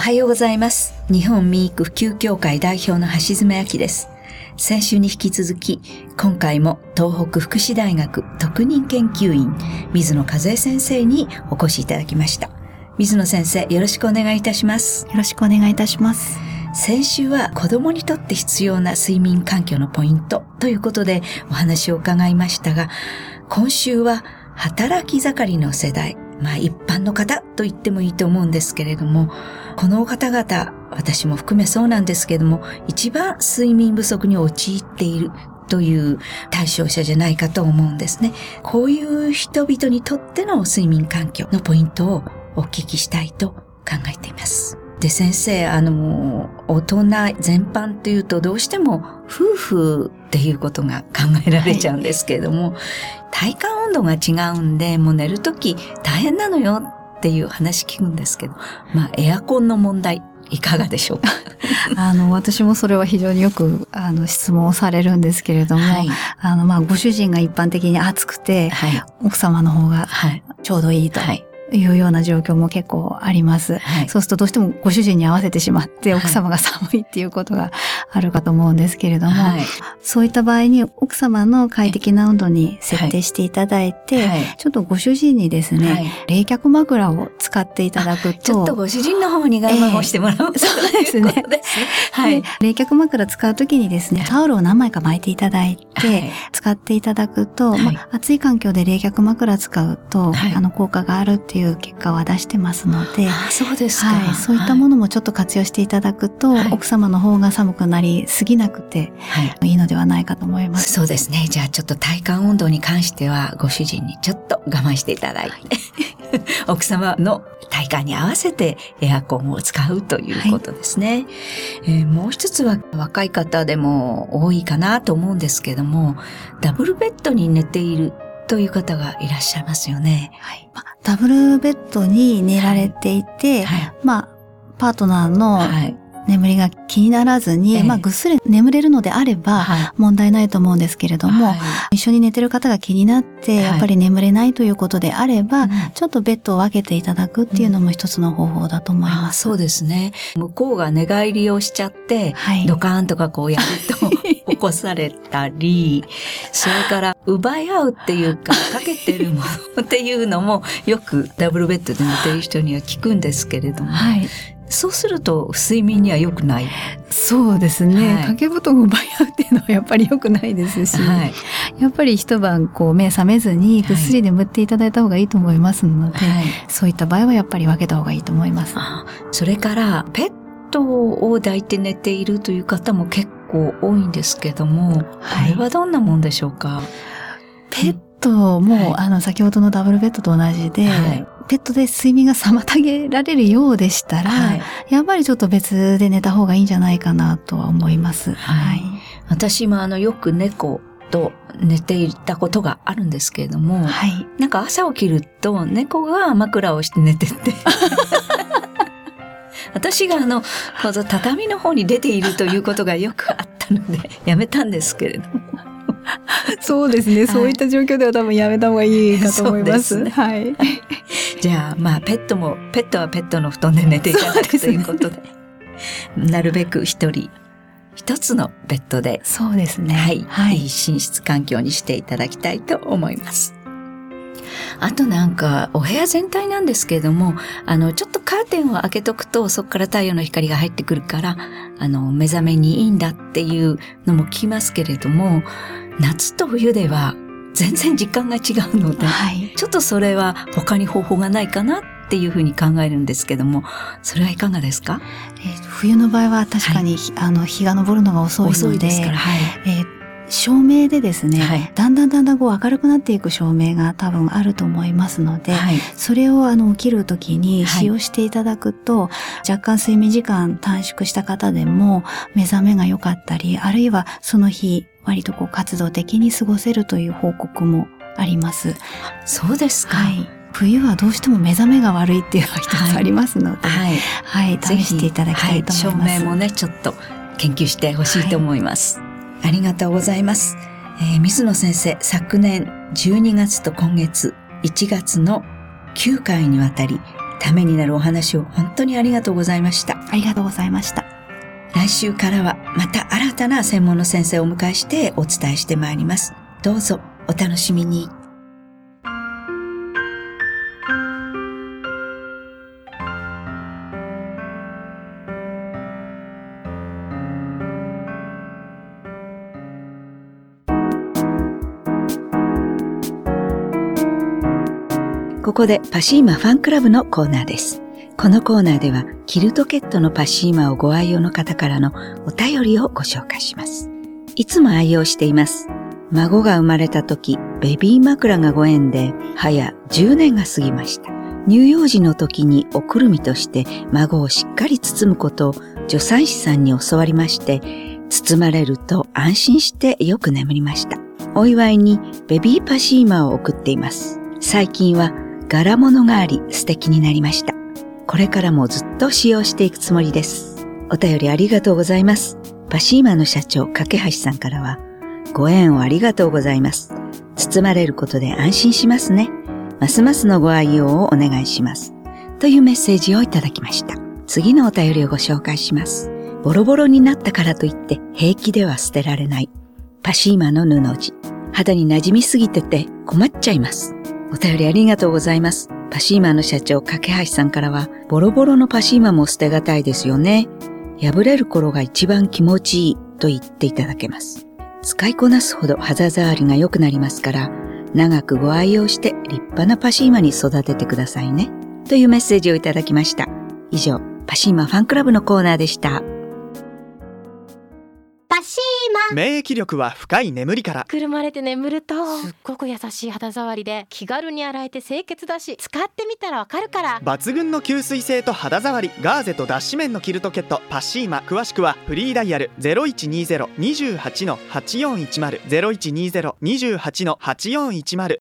はようございます。日本民育普及協会代表の橋爪亜希です。先週に引き続き、今回も東北福祉大学特任研究員、水野和恵先生にお越しいただきました。水野先生、よろしくお願いいたします。 よろしくお願いいたします。 先週は子供にとって必要な睡眠環境のポイントということでお話を伺いましたが、今週は働き盛りの世代、一般の方と言ってもいいと思うんですけれども、この方々、私も含めそうなんですけれども、一番睡眠不足に陥っているという対象者じゃないかと思うんですね。こういう人々にとっての睡眠環境のポイントをお聞きしたいと考えています。で、先生、大人全般というとどうしても夫婦っていうことが考えられちゃうんですけれども、体感温度が違うんで、もう寝るとき大変なのよっていう話聞くんですけど、エアコンの問題、いかがでしょうか？ 私もそれは非常によく、質問をされるんですけれども、はい、ご主人が一般的に暑くて、はい、奥様の方がちょうどいいと。はいいうような状況も結構あります。はい、そうするとどうしてもご主人に合わせてしまって奥様が寒いっていうことがあるかと思うんですけれども、はい、そういった場合に奥様の快適な温度に設定していただいて、はい、ちょっとご主人にですね、はい、冷却枕を使っていただくと、 ちょっとご主人の方に我慢をしてもらう、 そうですね。はい。冷却枕使うときにですね、タオルを何枚か巻いていただいて、はい、使っていただくと、はい、暑い環境で冷却枕使うと、はい、効果があるっていう結果は出してますので、 そうですか。 はい。そういったものもちょっと活用していただくと、はい、奥様の方が寒くなりすぎなくて、いいのではないかと思います。 そうですね。じゃあちょっと体感温度に関してはご主人にちょっと我慢していただいて、奥様の体感に合わせてエアコンを使うということですね。もう一つは若い方でも多いかなと思うんですけども、ダブルベッドに寝ているという方がいらっしゃいますよね。 はい。ダブルベッドに寝られていて、はい、パートナーの眠りが気にならずに、ぐっすり眠れるのであれば問題ないと思うんですけれども、はい、一緒に寝てる方が気になって、やっぱり眠れないということであれば、ちょっとベッドを分けていただくっていうのも一つの方法だと思います。 そうですね。向こうが寝返りをしちゃって、はい、ドカーンとかやると起こされたり、それから奪い合うっていうか、かけてるものっていうのもよくダブルベッドで寝てる人には聞くんですけれども、はい、そうすると睡眠には良くない。 そうですね。はい、掛け布団を奪い合うっていうのはやっぱり良くないですし、はい、やっぱり一晩目覚めずにぐっすり眠っていただいた方がいいと思いますので、はい、そういった場合はやっぱり分けた方がいいと思います。 それからペットを抱いて寝ているという方も結構多いんですけども、はい、これはどんなもんでしょうか？ ペットも、はい、先ほどのダブルベッドと同じで、はい、ペットで睡眠が妨げられるようでしたら、はい、やっぱりちょっと別で寝た方がいいんじゃないかなとは思います。はい。 私もよく猫と寝ていたことがあるんですけれども、はい、なんか朝起きると猫が枕をして寝てて、私が畳の方に出ているということがよくあったので、やめたんですけれども。 そうですね。そういった状況では多分やめた方がいいかと思います。そうですね。はい。 じゃあ、ペットはペットの布団で寝ていただくということで、なるべく一つのベッドで、 そうですね。 はい。はい。いい寝室環境にしていただきたいと思います。あとお部屋全体なんですけれども、ちょっとカーテンを開けとくと、そこから太陽の光が入ってくるから、目覚めにいいんだっていうのも聞きますけれども、夏と冬では全然時間が違うので、はい、ちょっとそれは他に方法がないかなっていうふうに考えるんですけども、それはいかがですか？ 冬の場合は確かに、はい、日が昇るのが遅いので、遅いですから、はい、照明でですね、はい、だんだん明るくなっていく照明が多分あると思いますので、はい、それを起きる時に使用していただくと、はい、若干睡眠時間短縮した方でも目覚めが良かったり、あるいはその日割と活動的に過ごせるという報告もあります。 そうですか。 はい。冬はどうしても目覚めが悪いっていうのが一つありますので、はい、はい、試していただきたいと思います。 照明もね、ちょっと研究してほしいと思います。はい、ありがとうございます。水野先生、昨年12月と今月1月の9回にわたり、ためになるお話を本当にありがとうございました。 ありがとうございました。 来週からはまた新たな専門の先生をお迎えしてお伝えしてまいります。どうぞお楽しみに。ここでパシーマファンクラブのコーナーです。このコーナーではキルトケットのパシーマをご愛用の方からのお便りをご紹介します。いつも愛用しています。孫が生まれた時、ベビー枕がご縁で早10年が過ぎました。乳幼児の時におくるみとして孫をしっかり包むことを助産師さんに教わりまして、包まれると安心してよく眠りました。お祝いにベビーパシーマを送っています。最近は柄物があり素敵になりました。これからもずっと使用していくつもりです。お便りありがとうございます。パシーマの社長、架橋さんからは、ご縁をありがとうございます。包まれることで安心しますね。ますますのご愛用をお願いします。というメッセージをいただきました。次のお便りをご紹介します。ボロボロになったからといって平気では捨てられない。パシーマの布地。肌に馴染みすぎてて困っちゃいます。お便りありがとうございます。パシーマの社長、架橋さんからは、ボロボロのパシーマも捨てがたいですよね。破れる頃が一番気持ちいいと言っていただけます。使いこなすほど肌触りが良くなりますから、長くご愛用して立派なパシーマに育ててくださいね。というメッセージをいただきました。以上、パシーマファンクラブのコーナーでした。 パシーマ。 免疫力は深い眠りから。 くるまれて眠るとすっごく優しい肌触りで気軽に洗えて清潔だし、使ってみたらわかるから。 抜群の吸水性と肌触り、ガーゼと脱脂綿のキルトケットパシーマ。詳しくはフリーダイヤル 0120-28-8410 0120-28-8410